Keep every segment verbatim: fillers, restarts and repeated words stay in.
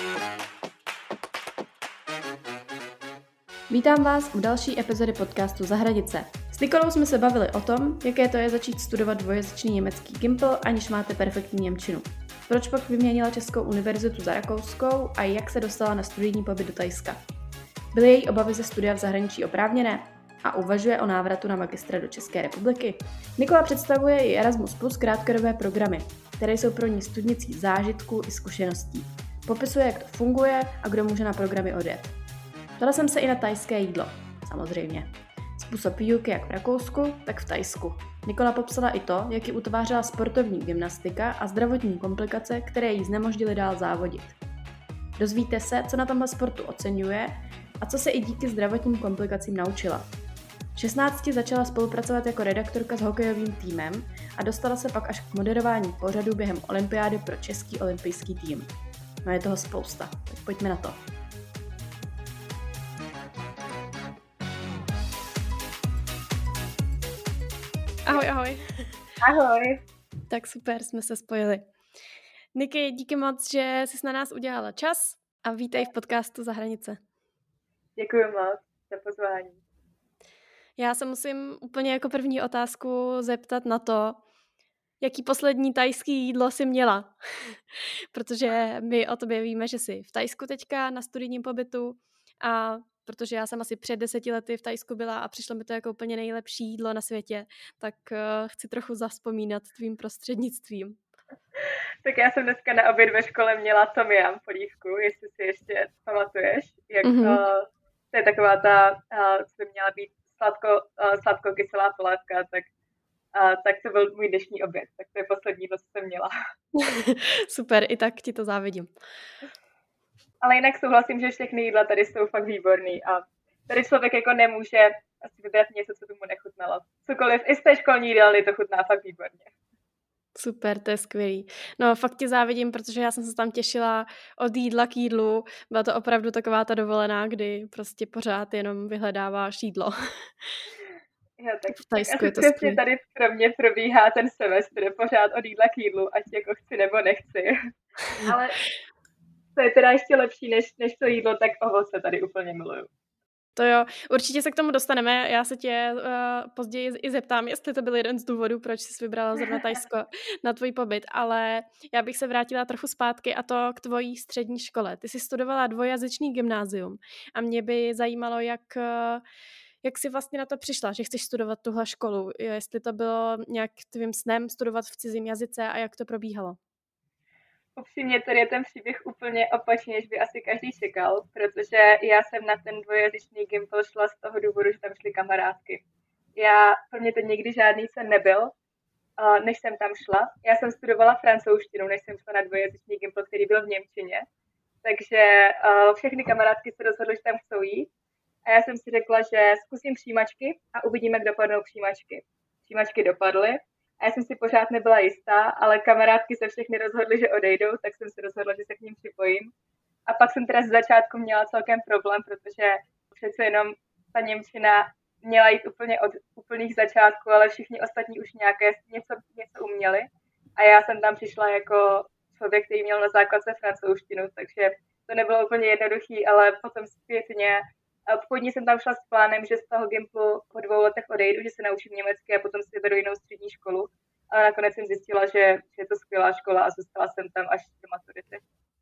Vítám vás u další epizody podcastu Za hranice. S Nikolou jsme se bavili o tom, jaké to je začít studovat dvojjazyčný německý Gimpl, aniž máte perfektní němčinu. Proč pak vyměnila Českou univerzitu za rakouskou a jak se dostala na studijní pobyt do Thajska. Byly její obavy ze studia v zahraničí oprávněné a uvažuje o návratu na magistra do České republiky. Nikola představuje i Erasmus plus krátkodobé programy, které jsou pro ní studnicí zážitků i zkušeností. Popisuje, jak to funguje a kdo může na programy odjet. Ptala jsem se i na thajské jídlo, samozřejmě. Způsob výuky jak v Rakousku, tak v Thajsku. Nikola popsala i to, jak ji utvářela sportovní gymnastika a zdravotní komplikace, které jí znemožnily dál závodit. Dozvíte se, co na tomhle sportu oceňuje a co se i díky zdravotním komplikacím naučila. V šestnácti začala spolupracovat jako redaktorka s hokejovým týmem a dostala se pak až k moderování pořadu během olympiády pro český olympijský tým. No je toho spousta, tak pojďme na to. Ahoj, ahoj. Ahoj. Tak super, jsme se spojili. Niky, díky moc, že jsi na nás udělala čas a vítej v podcastu Za hranice. Děkuji moc za pozvání. Já se musím úplně jako první otázku zeptat na to, jaký poslední thajský jídlo jsi měla. Protože my o tobě víme, že jsi v Thajsku teďka na studijním pobytu a protože já jsem asi před deseti lety v Thajsku byla a přišlo mi to jako úplně nejlepší jídlo na světě, tak uh, chci trochu zavzpomínat tvým prostřednictvím. Tak já jsem dneska na oběd ve škole měla tom yum polívku, jestli si ještě pamatuješ, jak mm-hmm. uh, to je taková ta, uh, co by měla být sladko, uh, sladko-kyselá polévka, tak, uh, tak to byl můj dnešní oběd, tak to je poslední jídlo, co jsem měla. Super, i tak ti to závidím. Ale jinak souhlasím, že všechny jídla tady jsou fakt výborný a tady člověk jako nemůže asi vybrat něco, co tomu nechutnalo. Cokoliv, i z té školní jídelny to chutná fakt výborně. Super, to je skvělý. No fakt ti závidím, protože já jsem se tam těšila od jídla k jídlu. Byla to opravdu taková ta dovolená, kdy prostě pořád jenom vyhledáváš jídlo. Jo, tak, v Thajsku tak je to přesně skvělý. Tady pro mě probíhá ten semestr pořád od jídla k jídlu, ať jako chci nebo nechci. Ale co je teda ještě lepší než, než to jídlo, tak ovoce tady úplně miluju. To jo, určitě se k tomu dostaneme. Já se tě uh, později i zeptám, jestli to byl jeden z důvodů, proč jsi vybrala zrovna Thajsko na tvůj pobyt, ale já bych se vrátila trochu zpátky a to k tvojí střední škole. Ty jsi studovala dvojjazyčný gymnázium a mě by zajímalo, jak, uh, jak jsi vlastně na to přišla, že chceš studovat tuhle školu. Jestli to bylo nějak tvým snem studovat v cizím jazyce a jak to probíhalo. Upřímně, tady je ten příběh úplně opačně, než by asi každý čekal, protože já jsem na ten dvojjazyčný Gimpl šla z toho důvodu, že tam šly kamarádky. Já, pro mě to nikdy žádný sen nebyl, než jsem tam šla. Já jsem studovala francouzštinu, než jsem šla na dvojjazyčný Gimpl, který byl v němčině. Takže všechny kamarádky se rozhodly, že tam chcou jít. A já jsem si řekla, že zkusím přijímačky a uvidíme, jak dopadnou přijímačky. Přijímačky dopadly. A já jsem si pořád nebyla jistá, ale kamarádky se všechny rozhodly, že odejdou, tak jsem se rozhodla, že se k ním připojím. A pak jsem teda z začátku měla celkem problém, protože přece jenom ta němčina měla jít úplně od úplných začátků, ale všichni ostatní už nějaké něco, něco uměli. A já jsem tam přišla jako člověk, který měl na základce francouzštinu, takže to nebylo úplně jednoduchý, ale potom zpětně Původně jsem tam šla s plánem, že z toho Gimplu po dvou letech odejdu, že se naučím německy a potom si vyberu jinou střední školu. Ale nakonec jsem zjistila, že, že je to skvělá škola a zůstala jsem tam až do maturity.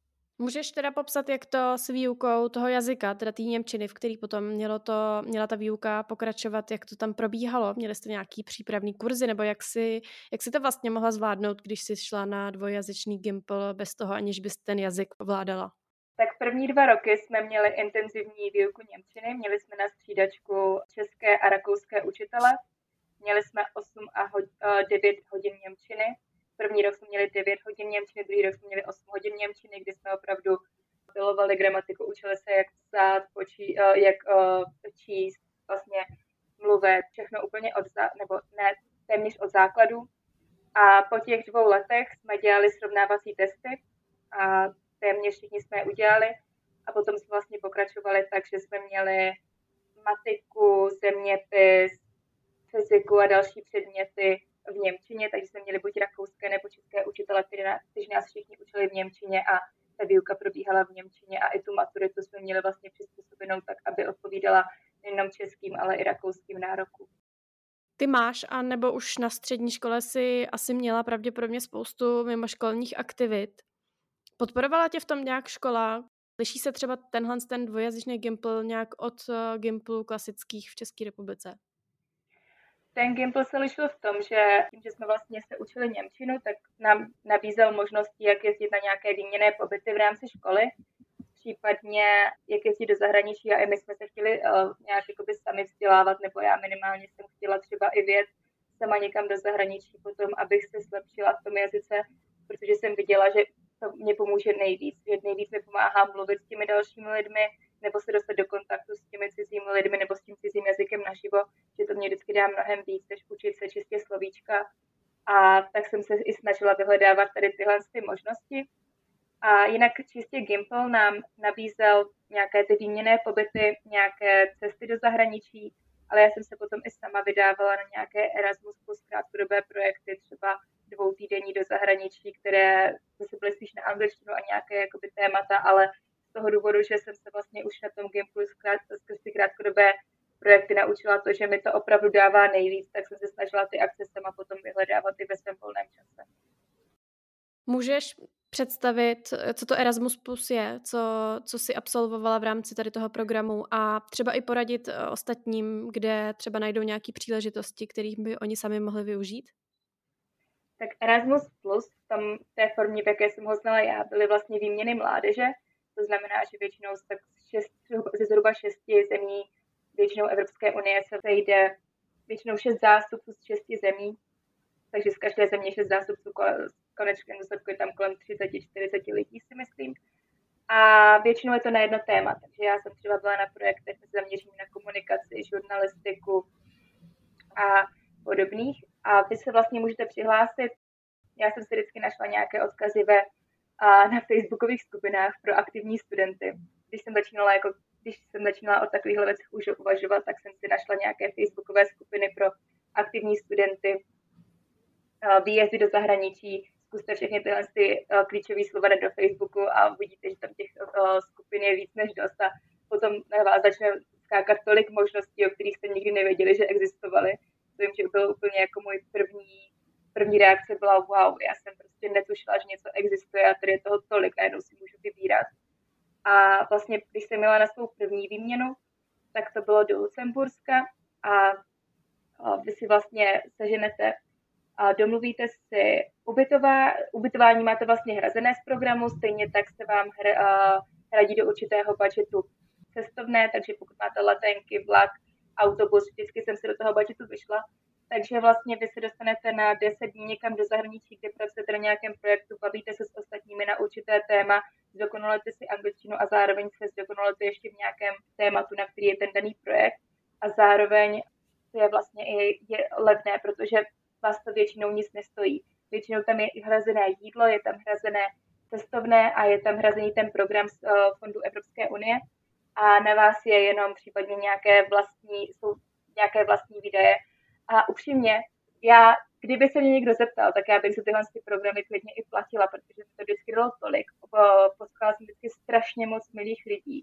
Můžeš teda popsat, jak to s výukou toho jazyka, teda té němčiny, v který potom mělo to, měla ta výuka pokračovat, jak to tam probíhalo? Měli jste nějaký přípravný kurzy, nebo jak si, jak si to vlastně mohla zvládnout, když jsi šla na dvojjazyčný Gimpl bez toho, aniž bys ten jazyk ovládala? Tak první dva roky jsme měli intenzivní výuku němčiny, měli jsme na střídačku české a rakouské učitele, měli jsme osm a devět hodin němčiny. První rok jsme měli devět hodin němčiny, druhý rok jsme měli osm hodin němčiny, kdy jsme opravdu pilovali gramatiku, učili se, jak psát, počí, jak uh, číst, vlastně mluvit, všechno úplně od, zá, nebo ne, téměř od základu. A po těch dvou letech jsme dělali srovnávací testy a téměř všichni jsme je udělali a potom jsme vlastně pokračovali tak, že jsme měli matiku, zeměpis, fyziku a další předměty v němčině, takže jsme měli buď rakouské nebo české učitele, kteří nás, kteří nás všichni učili v němčině a ta výuka probíhala v němčině a i tu maturitu jsme měli vlastně přizpůsobenou tak, aby odpovídala nejenom českým, ale i rakouským nárokům. Ty máš, a nebo už na střední škole si asi měla pravděpodobně spoustu mimoškolních aktivit. Podporovala tě v tom nějak škola? Liší se třeba tenhle ten dvojjazyčný Gimpl nějak od uh, Gimplů klasických v České republice? Ten Gimpl se lišil v tom, že tím, že jsme vlastně se učili němčinu, tak nám nabízel možnosti, jak jezdit na nějaké výměnné pobyty v rámci školy, případně jak jezdit do zahraničí, a i my jsme se chtěli uh, nějak jakoby sami vzdělávat, nebo já minimálně jsem chtěla třeba i vyjet sama někam do zahraničí potom, abych se zlepšila v tom jazyce, protože jsem viděla, že to mě pomůže nejvíc, že nejvíc mi pomáhá mluvit s těmi dalšími lidmi, nebo se dostat do kontaktu s těmi cizími lidmi, nebo s tím cizím jazykem naživo, že to mě vždycky dá mnohem víc, než učit se čistě slovíčka. A tak jsem se i snažila vyhledávat tady tyhle ty možnosti. A jinak čistě Gimpl nám nabízel nějaké ty výměnné pobyty, nějaké cesty do zahraničí, ale já jsem se potom i sama vydávala na nějaké Erasmus plus krátkodobé projekty, třeba dvoutýdenní do zahraničí, které zase byly spíš na angličtinu a nějaké jakoby témata, ale z toho důvodu, že jsem se vlastně už na tom Gimplu skrz ty krátkodobé projekty naučila to, že mi to opravdu dává nejvíc, tak jsem se snažila ty akce sama potom vyhledávat i ve svém volném čase. Můžeš představit, co to Erasmus Plus je, co, co jsi absolvovala v rámci tady toho programu, a třeba i poradit ostatním, kde třeba najdou nějaké příležitosti, kterých by oni sami mohli využít? Tak Erasmus Plus v tom, té formě, v jaké jsem ho znala já, byly vlastně výměny mládeže. To znamená, že většinou z tak šest, ze zhruba šesti zemí většinou Evropské unie se vejde většinou šest zástupců z šesti zemí, takže z každé země šest zástupců, konečně důsledku je tam kolem třicet čtyřicet lidí, si myslím. A většinou je to na jedno téma, takže já jsem třeba byla na projektech s zaměřením na komunikaci, žurnalistiku a podobných. A vy se vlastně můžete přihlásit. Já jsem si vždycky našla nějaké odkazy ve, a na facebookových skupinách pro aktivní studenty. Když jsem začínala, jako, když jsem začínala o takovýchhle věcech už uvažovat, tak jsem si našla nějaké facebookové skupiny pro aktivní studenty, výjezdy do zahraničí. Zkuste všechny tyhle ty, uh, klíčové slova do Facebooku a uvidíte, že tam těch uh, skupin je víc než dost, a potom na vás začne skákat tolik možností, o kterých jste nikdy nevěděli, že existovaly. Vím, že bylo úplně jako můj první, první reakce byla wow, já jsem prostě netušila, že něco existuje a tady je toho tolik, najednou si můžu vybírat. A vlastně, když jsem měla na svou první výměnu, tak to bylo do Lucemburska a, a vy si vlastně seženete a domluvíte si ubytová, ubytování, máte vlastně hrazené z programu, stejně tak se vám hra, hradí do určitého budžetu cestovné, takže pokud máte letenky, vlak, autobus, vždycky jsem se do toho budžetu vyšla. Takže vlastně vy se dostanete na deset dní někam do zahraničí, kde pracujete na nějakém projektu, bavíte se s ostatními na určité téma, zdokonalujete si angličtinu a zároveň se zdokonalujete ještě v nějakém tématu, na který je ten daný projekt. A zároveň to je vlastně i je levné, protože vás to většinou nic nestojí. Většinou tam je hrazené jídlo, je tam hrazené cestovné a je tam hrazený ten program z uh, Fondu Evropské unie. A na vás je jenom případně nějaké vlastní, jsou nějaké vlastní výdaje. A upřímně, já, kdyby se mě někdo zeptal, tak já bych si tyhle programy klidně i platila, protože to vždycky dalo tolik. Potkala jsem vždycky strašně moc milých lidí.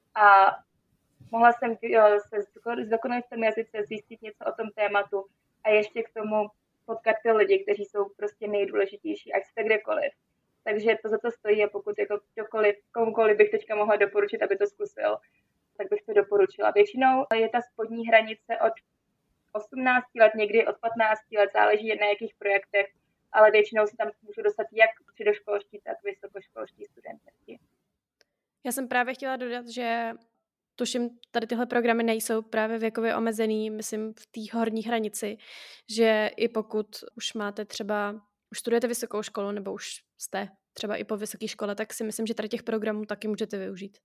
A mohla jsem se zdokonalit v tom jazyce, zjistit něco o tom tématu a ještě k tomu potkat ty lidi, kteří jsou prostě nejdůležitější, ať jste kdekoliv. Takže to za to stojí, a pokud jako kdokoliv, komukoliv bych teďka mohla doporučit, aby to zkusil, tak bych to doporučila. Většinou je ta spodní hranice od osmnácti let, někdy od patnácti let, záleží na jakých projektech, ale většinou se tam můžu dostat jak středoškolští, tak vysokoškolští studenti. Já jsem právě chtěla dodat, že tuším, tady tyhle programy nejsou právě věkově omezený, myslím v té horní hranici, že i pokud už máte třeba, už studujete vysokou školu nebo už jste třeba i po vysoké škole, tak si myslím, že tady těch programů taky můžete využít.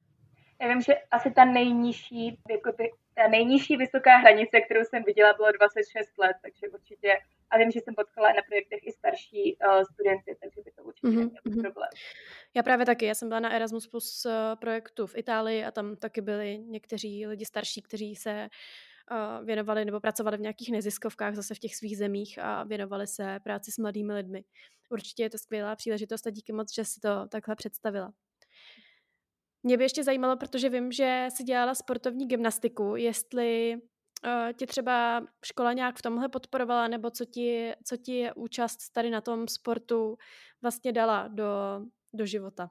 Já vím, že asi ta nejnižší, ta nejnižší vysoká hranice, kterou jsem viděla, bylo dvacet šest let, takže určitě, a vím, že jsem potkala na projektech i starší uh, studenty, takže by to určitě mm-hmm. neměl problém. Já právě taky, já jsem byla na Erasmus Plus projektu v Itálii a tam taky byli někteří lidi starší, kteří se uh, věnovali nebo pracovali v nějakých neziskovkách zase v těch svých zemích a věnovali se práci s mladými lidmi. určitě je to skvělá příležitost a díky moc, že si to takhle představila. Mě by ještě zajímalo, protože vím, že jsi dělala sportovní gymnastiku, jestli uh, tě třeba škola nějak v tomhle podporovala, nebo co ti, co ti účast tady na tom sportu vlastně dala do, do života.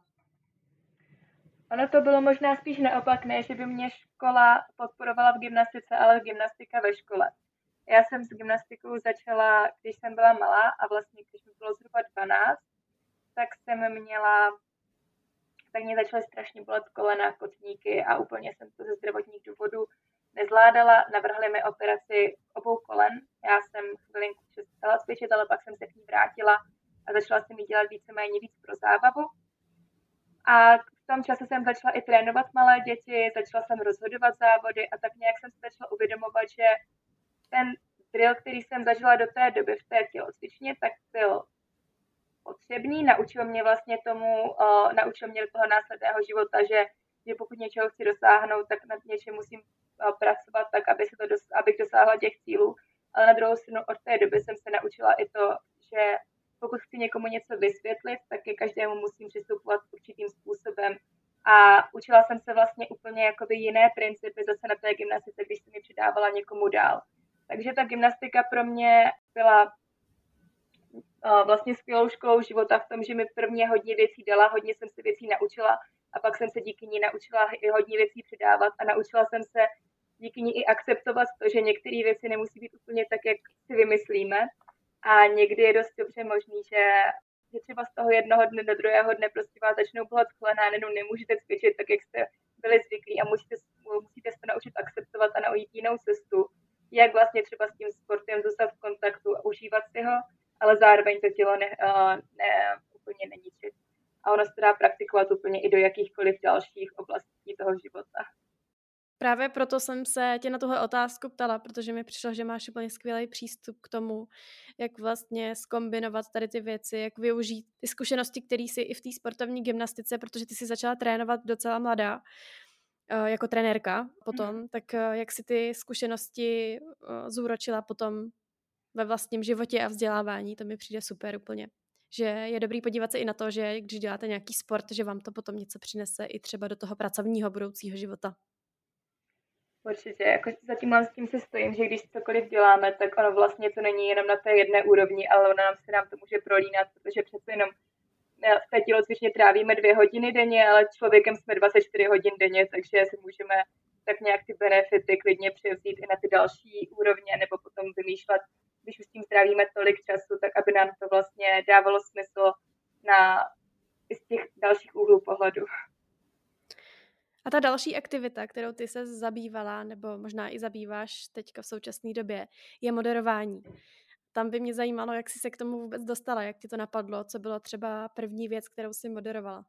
Ono to bylo možná spíš naopak, ne, že by mě škola podporovala v gymnastice, ale gymnastika ve škole. Já jsem s gymnastikou začala, když jsem byla malá a vlastně když mi bylo zhruba dvanáct, tak jsem měla, tak mě začaly strašně bolet kolena, kotníky a úplně jsem to ze zdravotních důvodů nezvládala. Navrhli mi operaci obou kolen. Já jsem chvilinku přestala cvičit, ale pak jsem se k ní vrátila a začala jsem ji dělat víceméně víc pro zábavu. A v tom čase jsem začala i trénovat malé děti, začala jsem rozhodovat závody a tak nějak jsem se začala uvědomovat, že ten drill, který jsem zažila do té doby v té tělocvičně, tak byl potřebný, naučil mě vlastně tomu, uh, naučil mě do toho následného života, že, že pokud něčeho chci dosáhnout, tak nad něčem musím uh, pracovat tak, aby se to dos- abych dosáhla těch cílů. Ale na druhou stranu od té doby jsem se naučila i to, že pokud chci někomu něco vysvětlit, tak ke každému musím přistupovat určitým způsobem. A učila jsem se vlastně úplně jakoby jiné principy zase na té gymnastice, když jsem ji předávala někomu dál. Takže ta gymnastika pro mě byla uh, vlastně skvělou školou života v tom, že mi prvně hodně věcí dala, hodně jsem se věcí naučila a pak jsem se díky ní naučila i hodně věcí předávat a naučila jsem se díky ní i akceptovat to, že některé věci nemusí být úplně tak, jak si vymyslíme. A někdy je dost dobře možný, že, že třeba z toho jednoho dne do druhého dne prostě vás začnou bolet kolena, nebo nemůžete cvičit tak, jak jste byli zvyklí a musíte, musíte se naučit akceptovat a najít jinou cestu, jak vlastně třeba s tím sportem zůstat v kontaktu a užívat si ho, ale zároveň to tělo ne, ne, úplně neníčit. A ono se dá praktikovat úplně i do jakýchkoliv dalších oblastí toho života. Právě proto jsem se tě na tuhle otázku ptala, protože mi přišlo, že máš úplně skvělý přístup k tomu, jak vlastně zkombinovat tady ty věci, jak využít ty zkušenosti, které jsi i v té sportovní gymnastice, protože ty jsi začala trénovat docela mladá, jako trenérka potom, mm. tak jak si ty zkušenosti zúročila potom ve vlastním životě a vzdělávání, to mi přijde super úplně. Že je dobrý podívat se i na to, že když děláte nějaký sport, že vám to potom něco přinese i třeba do toho pracovního budoucího života. Určitě, jako za tím s tím se stojím, že když cokoliv děláme, tak ono vlastně to není jenom na té jedné úrovni, ale ono nám se nám to může prolínat, protože přece jenom v té tělocvičně trávíme dvě hodiny denně, ale člověkem jsme dvacet čtyři hodin denně, takže si můžeme tak nějak ty benefity klidně převzít i na ty další úrovně, nebo potom vymýšlet, když už s tím strávíme tolik času, tak aby nám to vlastně dávalo smysl na z těch dalších úhlů pohledu. A ta další aktivita, kterou ty se zabývala, nebo možná i zabýváš teďka v současné době, je moderování. Tam by mě zajímalo, jak jsi se k tomu vůbec dostala, jak ti to napadlo, co bylo třeba první věc, kterou jsi moderovala.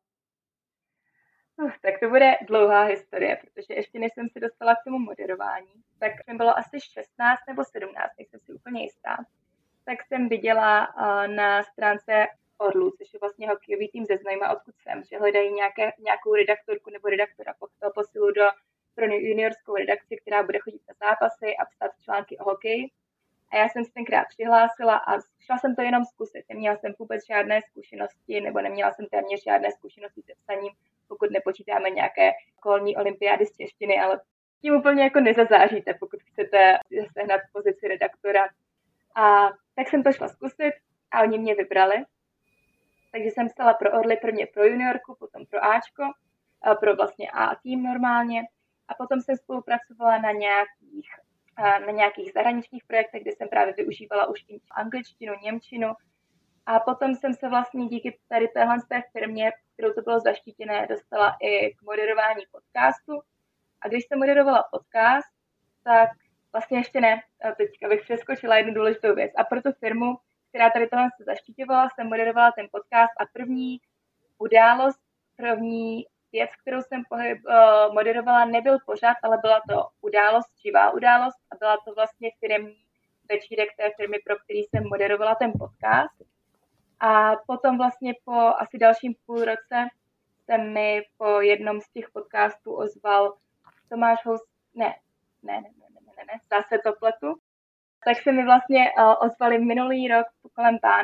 Uh, tak to bude dlouhá historie, protože ještě než jsem se dostala k tomu moderování, tak mi bylo asi šestnáct nebo sedmnáct, nejsem si úplně jistá, tak jsem viděla uh, na stránce Orlu, což je vlastně hokejový tým ze Znojma, odkud jsem, že hledají nějaké, nějakou redaktorku nebo redaktora po posilu do, pro juniorskou redakci, která bude chodit na zápasy a psát články o hokeji. A já jsem se tenkrát přihlásila a šla jsem to jenom zkusit. Neměla jsem vůbec žádné zkušenosti, nebo neměla jsem téměř žádné zkušenosti se psaním, pokud nepočítáme nějaké kolní olympiády z češtiny, ale tím úplně jako nezazáříte, pokud chcete sehnat pozici redaktora. A tak jsem to šla zkusit a oni mě vybrali. Takže jsem psala pro Orly, prvně pro juniorku, potom pro Ačko, pro vlastně A tým normálně. A potom jsem spolupracovala na nějakých, na nějakých zahraničních projektech, kde jsem právě využívala už i angličtinu, němčinu. A potom jsem se vlastně díky tady téhle té firmě, kterou to bylo zaštítěné, dostala i k moderování podcastu. A když jsem moderovala podcast, tak vlastně ještě ne, teďka bych přeskočila jednu důležitou věc. A pro tu firmu, která tady tohle se zaštiťovala, jsem moderovala ten podcast a první událost, první věc, kterou jsem pohyb, uh, moderovala, nebyl pořad, ale byla to událost, živá událost a byla to vlastně firmní večírek té firmy, pro který jsem moderovala ten podcast. A potom vlastně po asi dalším půl roce se mi po jednom z těch podcastů ozval Tomáš Hous, ne, ne, ne, ne, ne, ne, ne, zase to pletu. Tak se mi vlastně uh, ozvali minulý rok kolem Vánoc.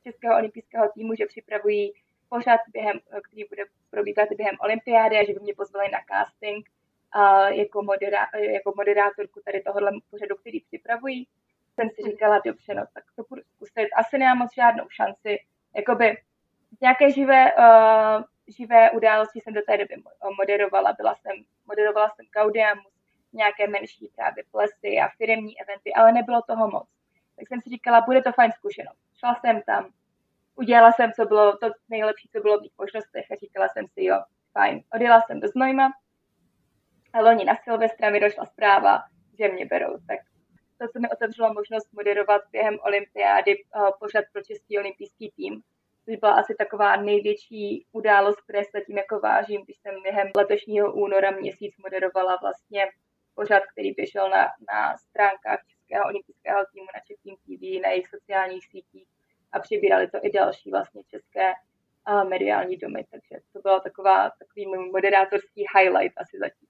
českého olympijského týmu, že připravují pořad, během, který bude probíhat během olympiády a že by mě pozvali na casting uh, jako, modera, jako moderátorku tady tohohle pořadu, který připravují. Jsem si říkala, dobře, no tak to budu zkusit. Asi nemám moc žádnou šanci. Jakoby nějaké živé, uh, živé události jsem do té doby moderovala. Byla jsem, moderovala jsem Gaudiamus, nějaké menší právě plesy a firemní eventy, ale nebylo toho moc. Tak jsem si říkala, bude to fajn zkušenost. Šla jsem tam, udělala jsem, co bylo to nejlepší, co bylo v mých možnostech a říkala jsem si, jo, fajn. Odjela jsem do Znojma a loni na Silvestra mi došla zpráva, že mě berou. Tak to, co mi otevřelo možnost moderovat během olympiády uh, pořad pro český olympijský tým, což byla asi taková největší událost, které se zatím jako vážím, když jsem během letošního února měsíc moderovala vlastně pořad, který běžel na, na stránkách českého olympijského týmu, na Czech Team T V, na jejich sociálních sítích a přibírali to i další vlastně české uh, mediální domy, takže to byla taková, takový můj moderátorský highlight asi zatím.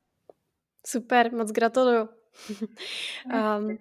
Super, moc gratuluju. um,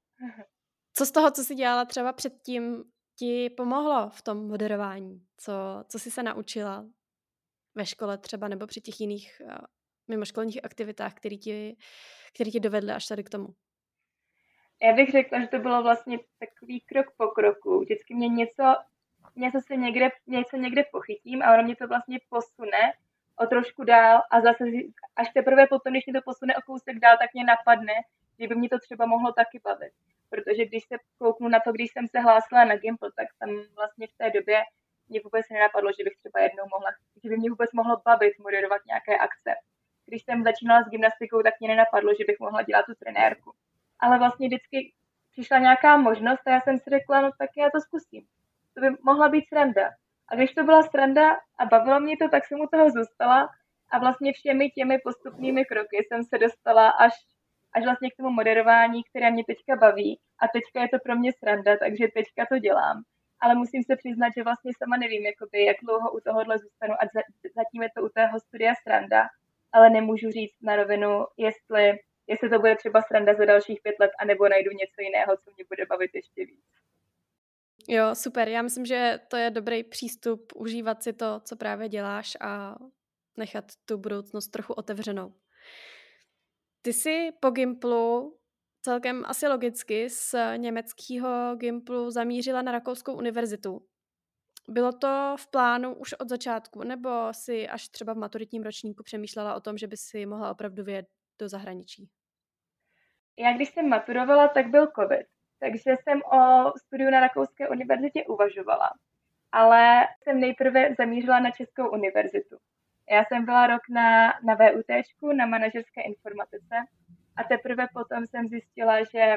co z toho, co jsi dělala třeba předtím, ti pomohlo v tom moderování? Co, co jsi se naučila ve škole třeba nebo při těch jiných uh, mimoškolních aktivitách, které ti, který ti dovedly až tady k tomu? Já bych řekla, že to bylo vlastně takový krok po kroku. Vždycky mě něco, něco, se někde, něco někde pochytím a ono mě to vlastně posune o trošku dál a zase až teprve potom, když mě to posune o kousek dál, tak mě napadne, že by mě to třeba mohlo taky bavit. Protože když se kouknu na to, když jsem se hlásila na Gimple, tak tam vlastně v té době mě vůbec nenapadlo, že bych třeba jednou mohla, že by mě vůbec mohlo bavit moderovat nějaké akce. Když jsem začínala s gymnastikou, tak mě nenapadlo, že bych mohla dělat tu trenérku. Ale vlastně vždycky přišla nějaká možnost a já jsem si řekla, no tak já to zkusím. To by mohla být sranda. A když to byla sranda a bavilo mě to, tak jsem u toho zůstala a vlastně všemi těmi postupnými kroky jsem se dostala až, až vlastně k tomu moderování, které mě teďka baví a teďka je to pro mě sranda, takže teďka to dělám. Ale musím se přiznat, že vlastně sama nevím, jakoby, jak dlouho u tohohle zůstanu a zatím je to u tého studia sranda, ale nemůžu říct na rovinu, jestli jestli to bude třeba sranda za dalších pět let, anebo najdu něco jiného, co mě bude bavit ještě víc. Jo, super. Já myslím, že to je dobrý přístup, užívat si to, co právě děláš a nechat tu budoucnost trochu otevřenou. Ty jsi po Gimplu celkem asi logicky z německého Gimplu zamířila na Rakouskou univerzitu. Bylo to v plánu už od začátku, nebo si až třeba v maturitním ročníku přemýšlela o tom, že by si mohla opravdu vyjet do zahraničí? Já když jsem maturovala, tak byl covid, takže jsem o studiu na Rakouské univerzitě uvažovala, ale jsem nejprve zamířila na Českou univerzitu. Já jsem byla rok na, na VUTčku, na manažerské informatice a teprve potom jsem zjistila, že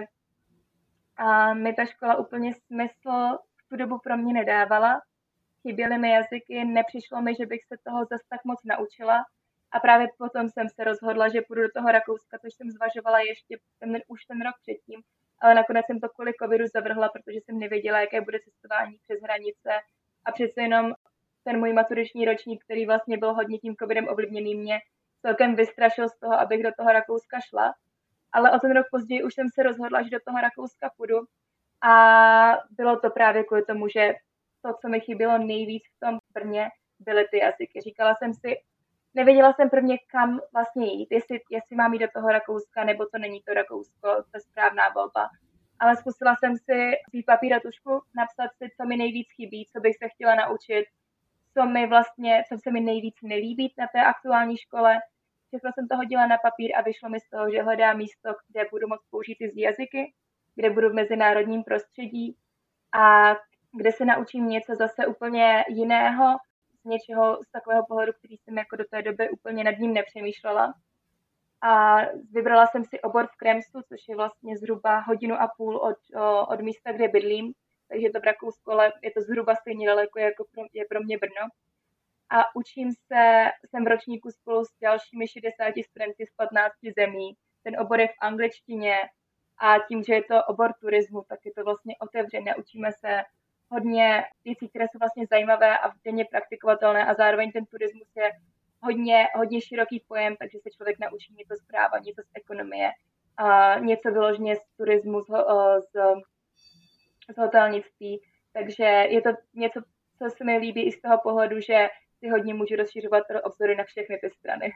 a, mi ta škola úplně smysl v tu dobu pro mě nedávala. Chyběly mi jazyky, nepřišlo mi, že bych se toho zas tak moc naučila. A právě potom jsem se rozhodla, že půjdu do toho Rakouska, což jsem zvažovala ještě ten, už ten rok předtím, ale nakonec jsem to kvůli covidu zavrhla, protože jsem nevěděla, jaké bude cestování přes hranice a přece jenom ten můj maturiční ročník, který vlastně byl hodně tím covidem ovlivněný, mě celkem vystrašil z toho, abych do toho Rakouska šla. Ale o ten rok později už jsem se rozhodla, že do toho Rakouska půjdu a bylo to právě kvůli tomu, že to, co mi chybělo nejvíc v tom Brně, byly ty jazyky. Říkala jsem si, nevěděla jsem prvně, kam vlastně jít, jestli, jestli mám jít do toho Rakouska, nebo to není to Rakousko, to je správná volba. Ale zkusila jsem si vzít papír a tužku, napsat si, co mi nejvíc chybí, co bych se chtěla naučit, co mi vlastně, co se mi nejvíc nelíbí na té aktuální škole. Všechno jsem to hodila na papír a vyšlo mi z toho, že hledám místo, kde budu moct použít ty jazyky, kde budu v mezinárodním prostředí a kde se naučím něco zase úplně jiného, z něčeho z takového pohledu, který jsem jako do té doby úplně nad ním nepřemýšlela. A vybrala jsem si obor v Kremstu, což je vlastně zhruba hodinu a půl od, od místa, kde bydlím, takže to v Rakousku, ale je to zhruba stejně daleko, jako pro, je pro mě Brno. A učím se, jsem v ročníku spolu s dalšími šedesáti studenty z patnácti zemí. Ten obor je v angličtině a tím, že je to obor turismu, tak je to vlastně otevřené. Učíme se hodně věcí, které jsou vlastně zajímavé a denně praktikovatelné a zároveň ten turismus je hodně, hodně široký pojem, takže se člověk naučí něco z práva, něco z ekonomie, a něco vyloženě z turismu, z, z, z hotelnictví. Takže je to něco, co se mi líbí i z toho pohledu, že si hodně můžu rozšiřovat obzory na všechny ty strany.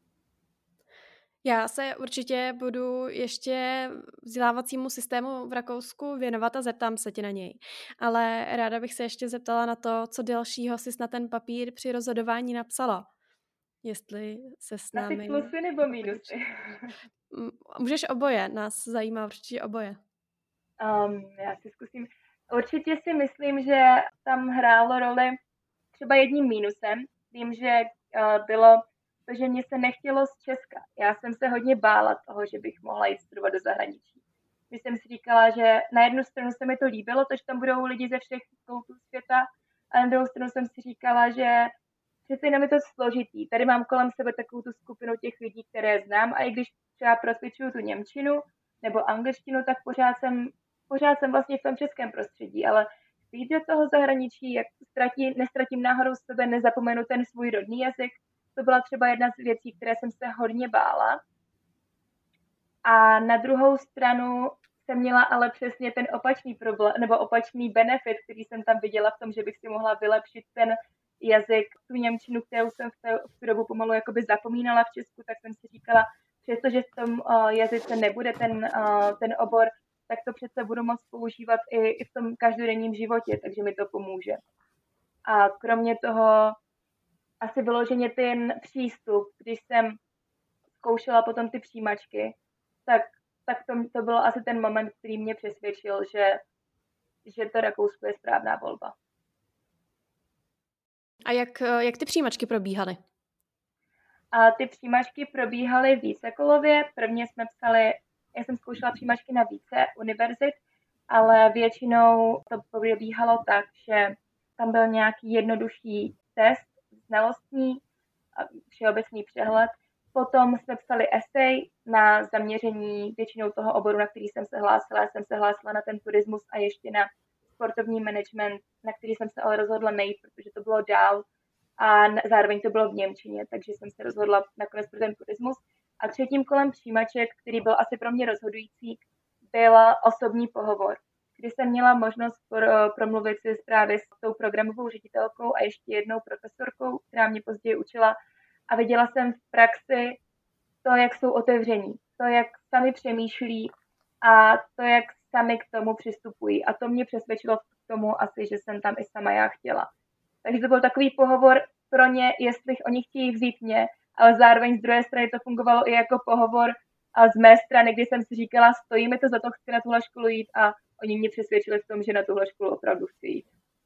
Já se určitě budu ještě vzdělávacímu systému v Rakousku věnovat a zeptám se ti na něj. Ale ráda bych se ještě zeptala na to, co dalšího jsi na ten papír při rozhodování napsala. Jestli se s Na ty námi... plusy nebo mínusy? Můžeš oboje, nás zajímá určitě oboje. Um, já si zkusím. Určitě si myslím, že tam hrálo roli třeba jedním mínusem. Vím, že uh, bylo to, že mě se nechtělo z Česka. Já jsem se hodně bála toho, že bych mohla jít studovat do zahraničí. Když jsem si říkala, že na jednu stranu se mi to líbilo, to, že tam budou lidi ze všech koutů světa, a na druhou stranu jsem si říkala, že přece jenom je to složitý. Tady mám kolem sebe takovou tu skupinu těch lidí, které znám, a i když třeba prosvědčuju tu němčinu nebo angličtinu, tak pořád jsem, pořád jsem vlastně v tom českém prostředí, ale jít do toho zahraničí, jak ztratí, nestratím náhodou z sebe, nezapomenu ten svůj rodný jazyk, to byla třeba jedna z věcí, které jsem se hodně bála. A na druhou stranu jsem měla ale přesně ten opačný problém, nebo opačný benefit, který jsem tam viděla v tom, že bych si mohla vylepšit ten jazyk, tu němčinu, kterou jsem v, té, v tu dobu pomalu jakoby zapomínala v Česku, tak jsem si říkala, přestože v tom uh, jazyce nebude ten, uh, ten obor, tak to přece budu moct používat i, i v tom každodenním životě, takže mi to pomůže. A kromě toho asi vyloženě ten přístup, když jsem zkoušela potom ty přijímačky, tak, tak to, to bylo asi ten moment, který mě přesvědčil, že, že to Rakousko je správná volba. A jak, jak ty přijímačky probíhaly? A ty přijímačky probíhaly vícekolově. Prvně jsme psali, já jsem zkoušela přijímačky na více univerzit, ale většinou to probíhalo tak, že tam byl nějaký jednoduchý test, znalostní, všeobecný přehled. Potom jsme psali esej na zaměření většinou toho oboru, na který jsem se hlásila. Já jsem se hlásila na ten turismus a ještě na sportovní management, na který jsem se ale rozhodla nejít, protože to bylo dál a zároveň to bylo v němčině, takže jsem se rozhodla nakonec pro ten turismus. A třetím kolem přijímaček, který byl asi pro mě rozhodující, byl osobní pohovor, kdy jsem měla možnost pro, promluvit si právě s tou programovou ředitelkou a ještě jednou profesorkou, která mě později učila, a viděla jsem v praxi to, jak jsou otevření, to, jak sami přemýšlí a to, jak sami k tomu přistupují. A to mě přesvědčilo k tomu asi, že jsem tam i sama já chtěla. Takže to byl takový pohovor pro ně, jestli oni chtějí vzít mě, ale zároveň z druhé strany to fungovalo i jako pohovor a z mé strany, kdy jsem si říkala, stojí mi to za to, chci na tuhle školu jít, a oni mě přesvědčili v tom, že na tuhle školu opravdu chci jít.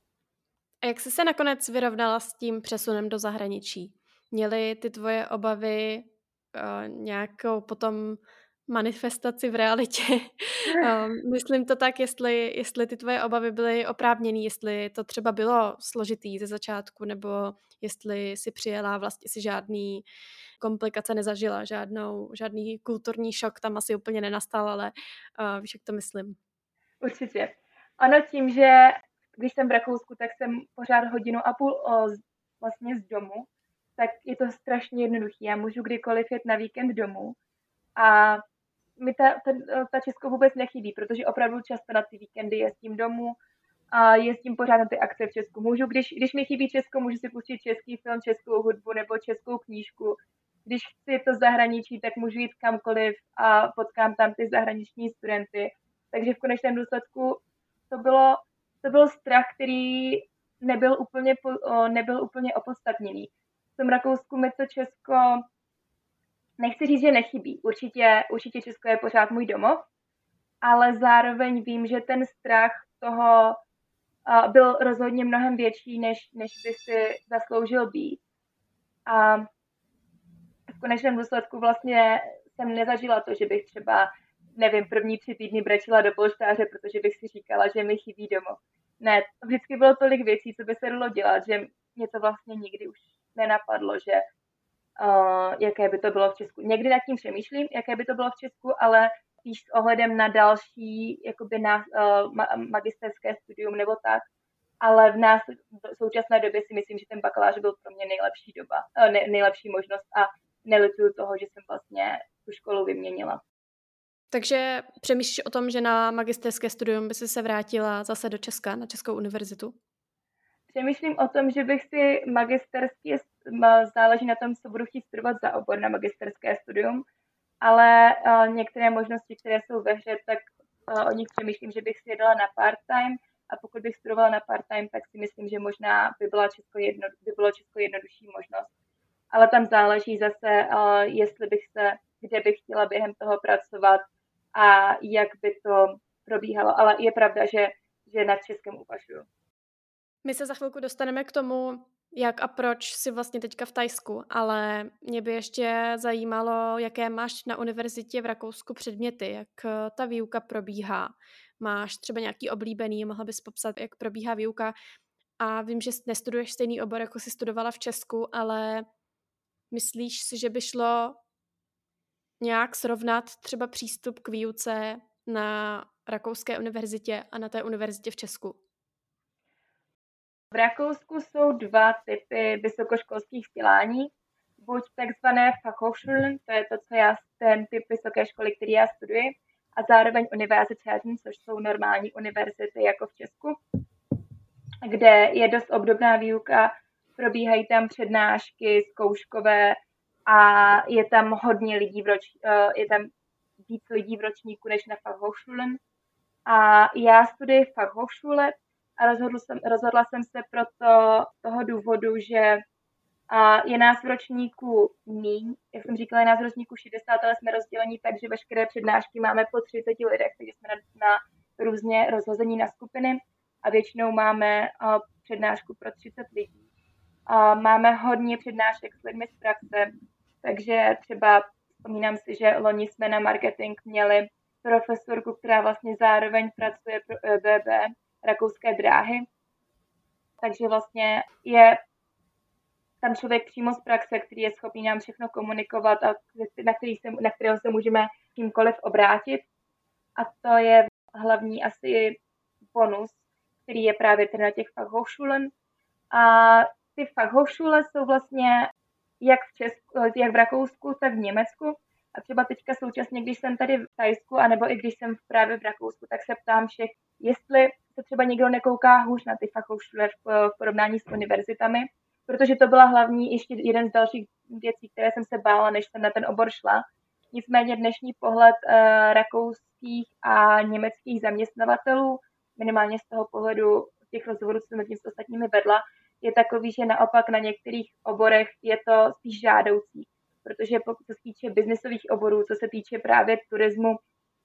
A jak jsi se nakonec vyrovnala s tím přesunem do zahraničí? Měly ty tvoje obavy uh, nějakou potom manifestaci v realitě? um, myslím to tak, jestli, jestli ty tvoje obavy byly oprávněný, jestli to třeba bylo složitý ze začátku, nebo jestli si přijela, vlastně si žádný komplikace nezažila, žádnou, žádný kulturní šok tam asi úplně nenastal, ale uh, víš, jak to myslím. Určitě. Ano, tím, že když jsem v Rakousku, tak jsem pořád hodinu a půl o, vlastně z domu, tak je to strašně jednoduché. Já můžu kdykoliv jet na víkend domů a mi ta, ta, ta Česko vůbec nechybí, protože opravdu často na ty víkendy jezdím domů a jezdím pořád na ty akce v Česku. Můžu, když, když mi chybí Česko, můžu si pustit český film, českou hudbu nebo českou knížku. Když chci to zahraničí, tak můžu jít kamkoliv a potkám tam ty zahraniční studenty. Takže v konečném důsledku to bylo, to byl strach, který nebyl úplně, nebyl úplně opodstatněný. V tom Rakousku mi to Česko, nechci říct, že nechybí. Určitě, určitě Česko je pořád můj domov, ale zároveň vím, že ten strach toho byl rozhodně mnohem větší, než, než by si zasloužil být. A v konečném důsledku vlastně jsem nezažila to, že bych třeba, nevím, první tři týdny brečela do polštáře, protože bych si říkala, že mi chybí domov. Ne, vždycky bylo tolik věcí, co by se dalo dělat, že mě to vlastně nikdy už nenapadlo, že uh, jaké by to bylo v Česku. Někdy nad tím přemýšlím, jaké by to bylo v Česku, ale spíš s ohledem na další jakoby na uh, ma- magisterské studium nebo tak. Ale v nás v současné době si myslím, že ten bakalář byl pro mě nejlepší doba, ne, nejlepší možnost a nelituju toho, že jsem vlastně tu školu vyměnila. Takže přemýšlíš o tom, že na magisterské studium by si se vrátila zase do Česka, na Českou univerzitu? Přemýšlím o tom, že bych si magisterský, záleží na tom, co budu chtít studovat za obor na magisterské studium, ale uh, některé možnosti, které jsou ve hře, tak uh, o nich přemýšlím, že bych si je dala na part-time, a pokud bych studovala na part-time, tak si myslím, že možná by, byla Česko jedno, by bylo Česko jednodušší možnost. Ale tam záleží zase, uh, jestli bych se, kde bych chtěla během toho pracovat a jak by to probíhalo. Ale je pravda, že, že nad Českem uvažuju. My se za chvilku dostaneme k tomu, jak a proč jsi vlastně teďka v Thajsku, ale mě by ještě zajímalo, jaké máš na univerzitě v Rakousku předměty, jak ta výuka probíhá. Máš třeba nějaký oblíbený, mohla bys popsat, jak probíhá výuka. A vím, že nestuduješ stejný obor, jako jsi studovala v Česku, ale myslíš si, že by šlo nějak srovnat třeba přístup k výuce na Rakouské univerzitě a na té univerzitě v Česku? V Rakousku jsou dva typy vysokoškolských vzdělání. Buď takzvané Fachhochschulen, to je to, co já, ten typ vysoké školy, který já studuji, a zároveň univerzitáten, což jsou normální univerzity jako v Česku, kde je dost obdobná výuka, probíhají tam přednášky, zkouškové a je tam hodně lidí v roč, je tam víc lidí v ročníku než na Fachhochschulen. A já studuji Fachhochschule a rozhodl jsem, rozhodla jsem se proto toho důvodu, že a je nás v ročníku míň, jak jsem říkala, je nás v ročníku šedesát, ale jsme rozdělení tak, že veškeré přednášky máme po třiceti lidech, takže jsme na, na různě rozhození na skupiny a většinou máme a, přednášku pro třicet lidí. A máme hodně přednášek s lidmi z praxe, takže třeba vzpomínám si, že loni jsme na marketing měli profesorku, která vlastně zároveň pracuje pro ÖBB, Rakouské dráhy. Takže vlastně je tam člověk přímo z praxe, který je schopný nám všechno komunikovat a na, který se, na kterého se můžeme kýmkoliv obrátit. A to je hlavní asi bonus, který je právě tedy na těch Fachhochschulen. A ty Fachhochschule jsou vlastně jak v Česku, jak v Rakousku, tak v Německu. A třeba teďka současně, když jsem tady v Thajsku, anebo i když jsem právě v Rakousku, tak se ptám všech, jestli se třeba někdo nekouká hůř na ty Fachhochschule v porovnání s univerzitami, protože to byla hlavní ještě jeden z dalších věcí, které jsem se bála, než jsem na ten obor šla. Nicméně dnešní pohled uh, rakouských a německých zaměstnavatelů, minimálně z toho pohledu těch rozhovorů, co jsem mezi s ostatními vedla, je takový, že naopak na některých oborech je to spíš žádoucí, protože pokud se týče biznisových oborů, co se týče právě turismu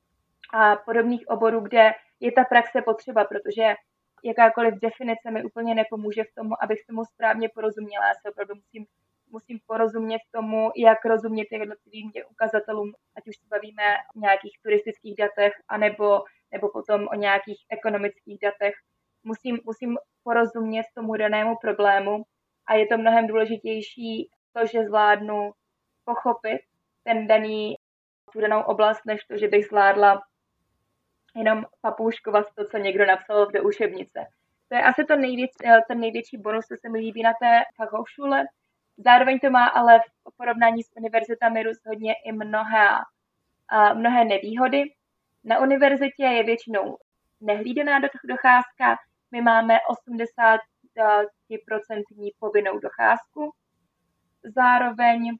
a podobných oborů, kde je ta praxe potřeba, protože jakákoliv definice mi úplně nepomůže v tomu, abych tomu správně porozuměla. Já se opravdu musím, musím porozumět tomu, jak rozumět jednotlivým ukazatelům, ať už se bavíme o nějakých turistických datech, anebo, nebo potom o nějakých ekonomických datech. Musím, musím porozumět tomu danému problému a je to mnohem důležitější to, že zvládnu pochopit ten daný, tu danou oblast, než to, že bych zvládla jenom papouškovat to, co někdo napsal do učebnice. To je asi to nejvěc, ten největší bonus, co se mi líbí na té Fachhochschule. Zároveň to má ale v porovnání s univerzitami rozhodně i mnohé, mnohé nevýhody. Na univerzitě je většinou nehlídaná docházka. My máme osmdesát procent povinnou docházku. Zároveň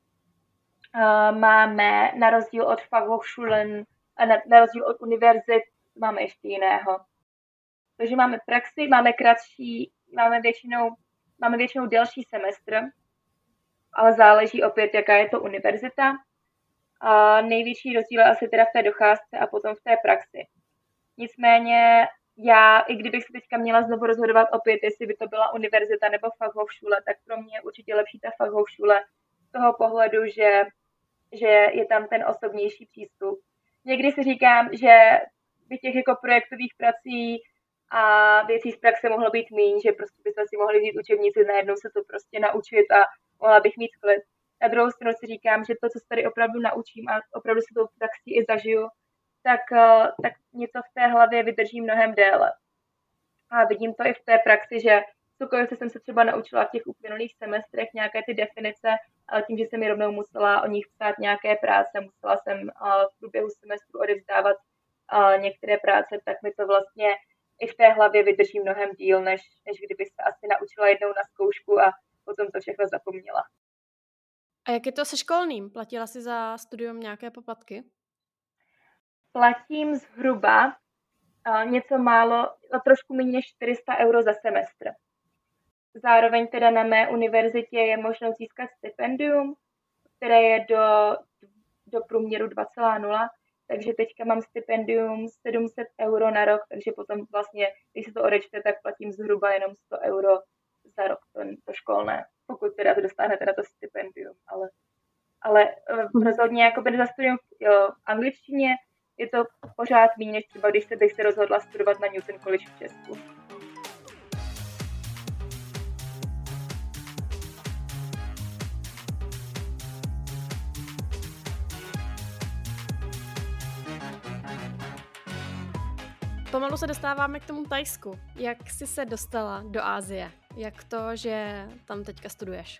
máme na rozdíl od Fachhochschulen a na, na rozdíl od univerzit máme ještě jiného. Takže máme praxi, máme kratší, máme většinou, máme většinou delší semestr, ale záleží opět, jaká je to univerzita. A největší rozdíl je asi teda v té docházce a potom v té praxi. Nicméně já, i kdybych se teďka měla znovu rozhodovat opět, jestli by to byla univerzita nebo Fachhochschule, tak pro mě je určitě lepší ta Fachhochschule z toho pohledu, že, že je tam ten osobnější přístup. Někdy si říkám, že by těch jako projektových prací a věcí z praxe mohlo být míň, že prostě bychom si mohli vzít učebnici, najednou se to prostě naučit a mohla bych mít klid. Na druhou stranu si říkám, že to, co se tady opravdu naučím a opravdu si to v praxi i zažiju, tak, tak mě to v té hlavě vydrží mnohem déle. A vidím to i v té praxi, že cokoliv, co jsem se třeba naučila v těch uplynulých semestrech, nějaké ty definice, ale tím, že jsem mi rovnou musela o nich psát nějaké práce, musela jsem v průběhu semestru odevzdávat některé práce, tak mi to vlastně i v té hlavě vydrží mnohem díl, než, než kdyby se asi naučila jednou na zkoušku a potom to všechno zapomněla. A jak je to se školným? Platila jsi za studium nějaké poplatky? Platím zhruba uh, něco málo, trošku méně než čtyři sta euro za semestr. Zároveň teda na mé univerzitě je možnost získat stipendium, které je do, do průměru dva celá nula, takže teďka mám stipendium sedm set euro na rok, takže potom vlastně, když se to odečte, tak platím zhruba jenom sto euro za rok to, to školné, pokud teda to dostanete na to stipendium, ale, ale rozhodně jako za studium v angličtině je to pořád méně, než třeba když se bych se rozhodla studovat na Newton College v Česku. Pomalu se dostáváme k tomu Thajsku. Jak jsi se dostala do Asie? Jak to, že tam teďka studuješ?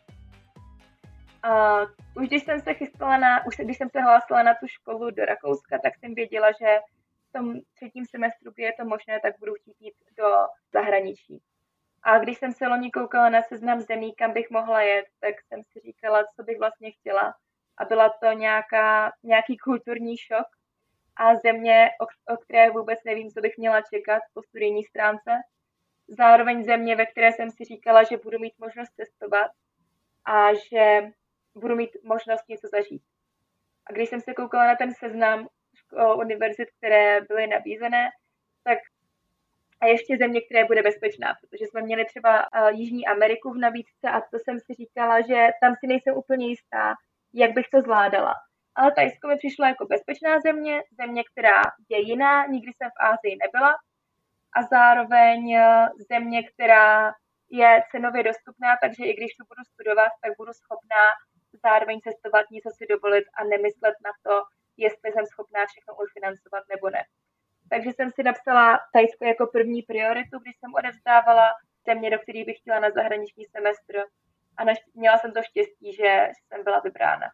Uh, už když jsem se chystala na, už když jsem se hlásila na tu školu do Rakouska, tak jsem věděla, že v tom třetím semestru, kdy je to možné, tak budu chtít jít do zahraničí. A když jsem se loni koukala na seznam zemí, kam bych mohla jet, tak jsem si říkala, co bych vlastně chtěla. A byla to nějaká, nějaký kulturní šok a země, o, o které vůbec nevím, co bych měla čekat po studijní stránce. Zároveň země, ve které jsem si říkala, že budu mít možnost cestovat a že budu mít možnost něco zažít. A když jsem se koukala na ten seznam univerzit, které byly nabízené, tak a ještě země, které bude bezpečná, protože jsme měli třeba Jižní Ameriku v nabídce a to jsem si říkala, že tam si nejsem úplně jistá, jak bych to zvládala. Ale Thajsko mi přišlo jako bezpečná země, země, která je jiná, nikdy jsem v Asii nebyla a zároveň země, která je cenově dostupná, takže i když tu budu studovat, tak budu schopná zároveň cestovat, něco si dovolit a nemyslet na to, jestli jsem schopná všechno ufinancovat nebo ne. Takže jsem si napsala Thajsko jako první prioritu, když jsem odevzdávala země, do kterých bych chtěla na zahraniční semestr a naš- měla jsem to štěstí, že jsem byla vybrána.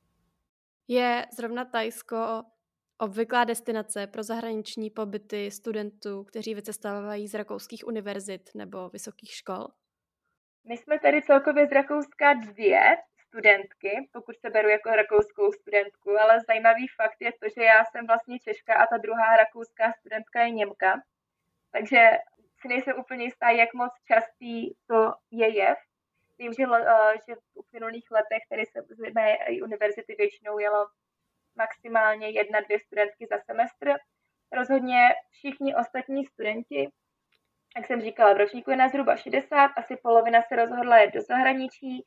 Je zrovna Thajsko obvyklá destinace pro zahraniční pobyty studentů, kteří vycestávají z rakouských univerzit nebo vysokých škol? My jsme tady celkově z Rakouska dvě studentky, pokud se beru jako rakouskou studentku, ale zajímavý fakt je to, že já jsem vlastně Češka a ta druhá rakouská studentka je Němka, takže si nejsem úplně jistá, jak moc častý to je jev. Vím, že, že v uplynulých letech tady se z mé univerzity většinou jelo maximálně jedna, dvě studentky za semestr. Rozhodně všichni ostatní studenti, jak jsem říkala, v ročníku je nás zhruba šedesát, asi polovina se rozhodla jet do zahraničí.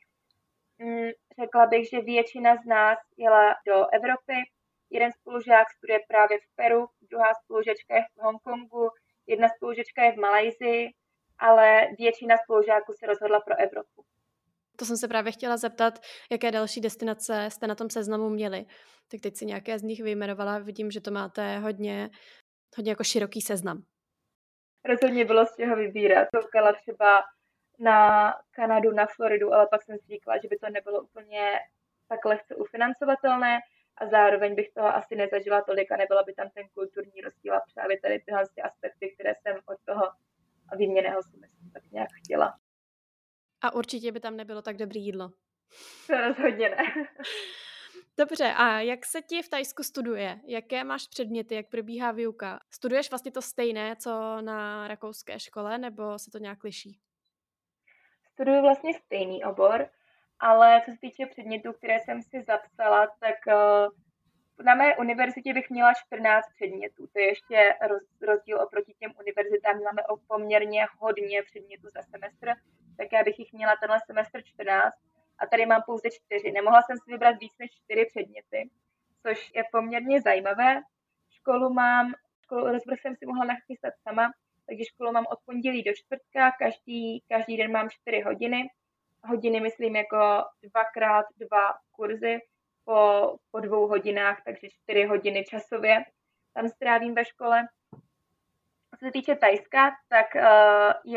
Řekla bych, že většina z nás jela do Evropy. Jeden spolužák studuje právě v Peru, druhá spolužačka je v Hongkongu, jedna spolužačka je v Malajsii, ale většina spolužáků se rozhodla pro Evropu. To jsem se právě chtěla zeptat, jaké další destinace jste na tom seznamu měli. Tak teď si nějaké z nich vyjmenovala, vidím, že to máte hodně, hodně jako široký seznam. Rozhodně bylo z čeho vybírat. Koukala třeba na Kanadu, na Floridu, ale pak jsem si říkala, že by to nebylo úplně tak lehce ufinancovatelné a zároveň bych toho asi nezažila tolik a nebyla by tam ten kulturní rozdíl a právě tady tyhle aspekty, které jsem od toho výměnného semestru tak nějak chtěla. A určitě by tam nebylo tak dobré jídlo. To rozhodně ne. Dobře, a jak se ti v Thajsku studuje? Jaké máš předměty, jak probíhá výuka? Studuješ vlastně to stejné, co na rakouské škole, nebo se to nějak liší? Studuji vlastně stejný obor, ale co se týče předmětů, které jsem si zapsala, tak na mé univerzitě bych měla čtrnáct předmětů. To je ještě rozdíl oproti těm univerzitám. Máme poměrně hodně předmětů za semestr, tak já bych jich měla tenhle semestr čtrnáct a tady mám pouze čtyři. Nemohla jsem si vybrat víc než čtyři předměty, což je poměrně zajímavé. Školu mám, školu rozvrh jsem si mohla nachystat sama, takže školu mám od pondělí do čtvrtka, každý, každý den mám čtyři hodiny. Hodiny myslím jako dvakrát dva kurzy po, po dvou hodinách, takže čtyři hodiny časově tam strávím ve škole. Co se týče Thajska, tak uh, je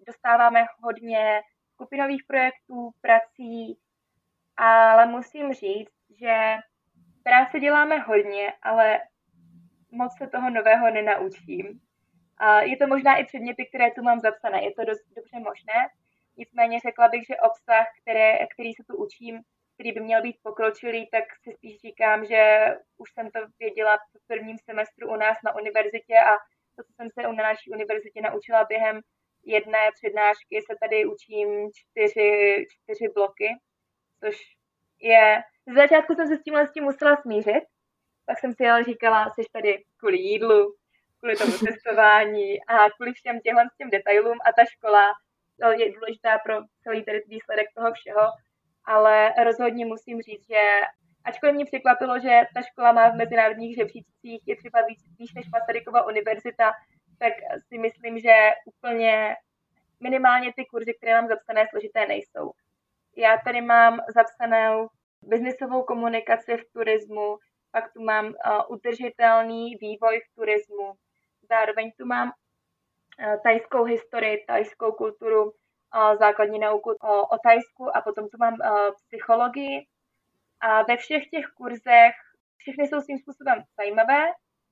dostáváme hodně skupinových projektů, prací, ale musím říct, že práce děláme hodně, ale moc se toho nového nenaučím. A je to možná i předměty, které tu mám zapsané, je to dost dobře možné. Nicméně řekla bych, že obsah, které, který se tu učím, který by měl být pokročilý, tak si spíš říkám, že už jsem to věděla v prvním semestru u nás na univerzitě a to, co jsem se na naší univerzitě naučila během jedné přednášky, se tady učím čtyři, čtyři bloky, což je... Z začátku jsem se s tímhle s tím musela smířit, pak jsem si ale říkala, jsi tady kvůli jídlu, kvůli tomu testování a kvůli všem těmhle s těm detailům a ta škola je důležitá pro celý tady výsledek toho všeho, ale rozhodně musím říct, že ačkoliv mě překvapilo, že ta škola má v mezinárodních žebříčcích je třeba víc, víc než Masarykova univerzita, tak si myslím, že úplně minimálně ty kurzy, které mám zapsané, složité nejsou. Já tady mám zapsanou biznisovou komunikaci v turismu, pak tu mám uh, udržitelný vývoj v turismu, zároveň tu mám uh, thajskou historii, thajskou kulturu, uh, základní nauku o, o Thajsku a potom tu mám uh, psychologii. A ve všech těch kurzech všechny jsou svým způsobem zajímavé,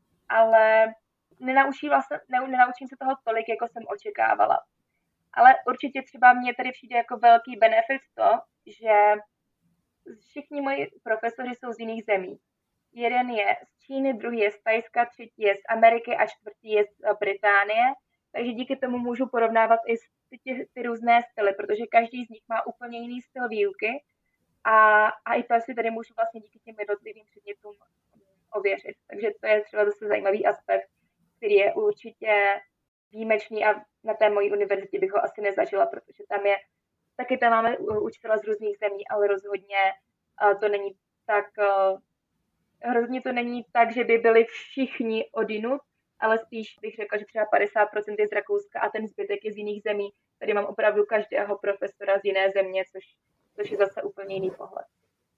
ale nenaučila se, ne, nenaučím se toho tolik, jako jsem očekávala. Ale určitě třeba mně tady přijde jako velký benefit to, že všichni moji profesoři jsou z jiných zemí. Jeden je z Číny, druhý je z Thajska, třetí je z Ameriky a čtvrtý je z Británie. Takže díky tomu můžu porovnávat i ty, ty, ty různé styly, protože každý z nich má úplně jiný styl výuky a, a i to si tady můžu vlastně díky těm jednotlivým předmětům ověřit. Takže to je třeba zase zajímavý aspekt, který je určitě výjimečný a na té mojí univerzitě bych ho asi nezažila, protože tam je, taky tam máme učitele z různých zemí, ale rozhodně to není tak, hrozně to není tak, že by byli všichni odinut, ale spíš bych řekla, že třeba padesát procent je z Rakouska a ten zbytek je z jiných zemí. Tady mám opravdu každého profesora z jiné země, což, což je zase úplně jiný pohled.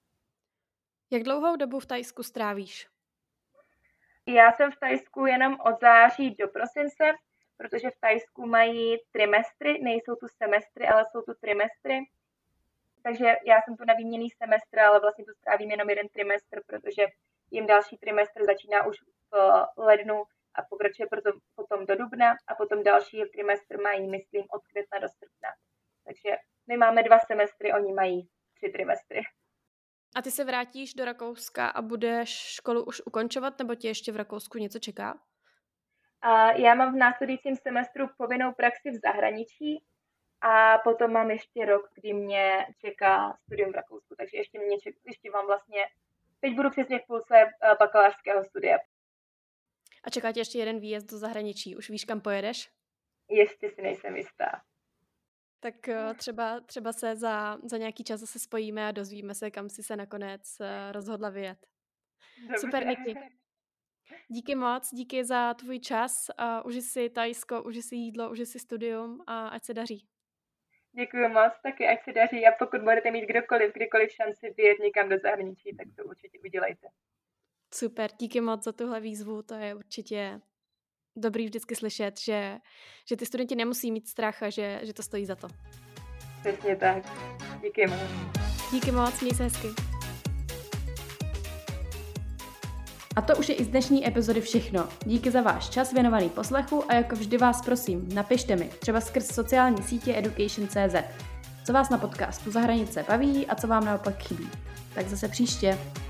Jak dlouhou dobu v Thajsku strávíš? Já jsem v Thajsku jenom od září do prosince, protože v Thajsku mají trimestry, nejsou tu semestry, ale jsou tu trimestry. Takže já jsem tu na výměnný semestr, ale vlastně tu strávím jenom jeden trimestr, protože jim další trimestr začíná už v lednu a pokračuje potom do dubna a potom další trimestr mají, myslím, od května do srpna. Takže my máme dva semestry, oni mají tři trimestry. A ty se vrátíš do Rakouska a budeš školu už ukončovat, nebo tě ještě v Rakousku něco čeká? A já mám v následujícím semestru povinnou praxi v zahraničí a potom mám ještě rok, kdy mě čeká studium v Rakousku, takže ještě, mě čeká, ještě mám vlastně, teď budu přesně v půlce bakalářského studia. A čeká tě ještě jeden výjezd do zahraničí, už víš, kam pojedeš? Ještě si nejsem jistá. Tak třeba, třeba se za, za nějaký čas zase spojíme a dozvíme se, kam si se nakonec rozhodla vyjet. Dobře. Super, Niky. Díky moc, díky za tvůj čas. Uh, uži si Thajsko, uži si jídlo, uži si studium a ať se daří. Děkuji moc, taky ať se daří a pokud budete mít kdokoliv, kdykoliv šanci vyjet někam do zahraničí, tak to určitě udělejte. Super, díky moc za tuhle výzvu, to je určitě dobrý vždycky slyšet, že, že ty studenti nemusí mít strach a že, že to stojí za to. Přesně tak. Díky moc. Díky moc, měj se hezky. A to už je i z dnešní epizody všechno. Díky za váš čas věnovaný poslechu a jako vždy vás prosím, napište mi, třeba skrz sociální sítě education tečka cé zet, co vás na podcastu Za hranice baví a co vám naopak chybí. Tak zase příště.